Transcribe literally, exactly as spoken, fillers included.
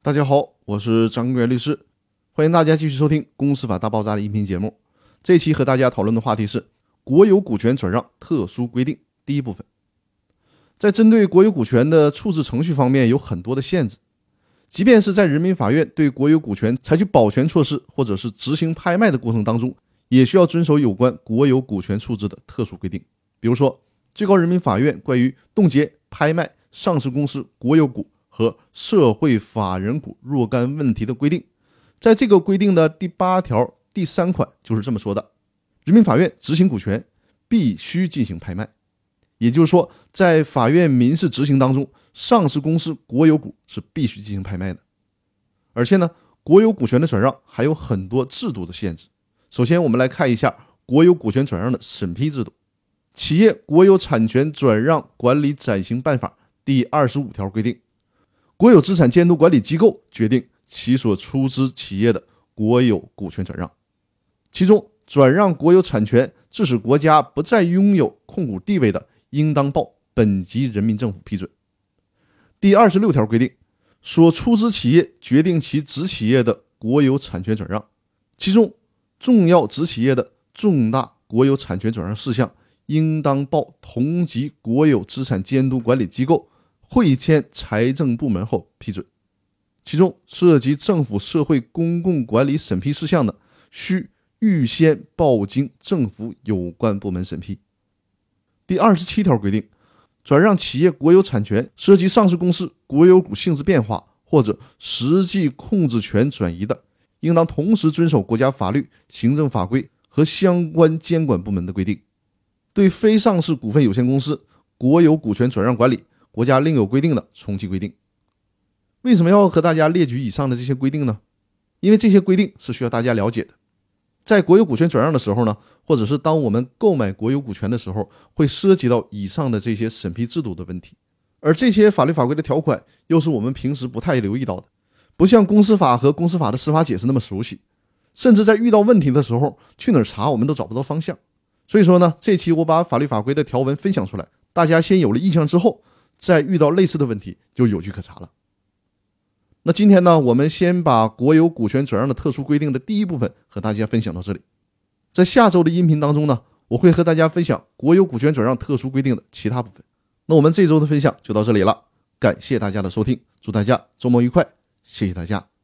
大家好，我是张根源律师，欢迎大家继续收听《公司法大爆炸》的音频节目。这一期和大家讨论的话题是国有股权转让特殊规定第一部分。在针对国有股权的处置程序方面有很多的限制，即便是在人民法院对国有股权采取保全措施或者是执行拍卖的过程当中，也需要遵守有关国有股权处置的特殊规定。比如说最高人民法院关于冻结、拍卖上市公司国有股和社会法人股若干问题的规定，在这个规定的第八条第三款就是这么说的：人民法院执行股权必须进行拍卖。也就是说，在法院民事执行当中，上市公司国有股是必须进行拍卖的。而且呢，国有股权的转让还有很多制度的限制。首先我们来看一下国有股权转让的审批制度。企业国有产权转让管理暂行办法第二十五条规定，国有资产监督管理机构决定其所出资企业的国有股权转让，其中转让国有产权致使国家不再拥有控股地位的，应当报本级人民政府批准。第二十六条规定，所出资企业决定其子企业的国有产权转让，其中重要子企业的重大国有产权转让事项，应当报同级国有资产监督管理机构会签财政部门后批准。其中涉及政府社会公共管理审批事项的，需预先报经政府有关部门审批。第二十七条规定，转让企业国有产权涉及上市公司国有股性质变化或者实际控制权转移的，应当同时遵守国家法律、行政法规和相关监管部门的规定。对非上市股份有限公司国有股权转让管理，国家另有规定的从其规定。为什么要和大家列举以上的这些规定呢？因为这些规定是需要大家了解的。在国有股权转让的时候呢，或者是当我们购买国有股权的时候，会涉及到以上的这些审批制度的问题，而这些法律法规的条款又是我们平时不太留意到的，不像公司法和公司法的司法解释那么熟悉，甚至在遇到问题的时候去哪儿查我们都找不到方向。所以说呢，这期我把法律法规的条文分享出来，大家先有了印象之后，再遇到类似的问题就有据可查了。那今天呢，我们先把国有股权转让的特殊规定的第一部分和大家分享到这里。在下周的音频当中呢，我会和大家分享国有股权转让特殊规定的其他部分。那我们这周的分享就到这里了，感谢大家的收听，祝大家周末愉快，谢谢大家。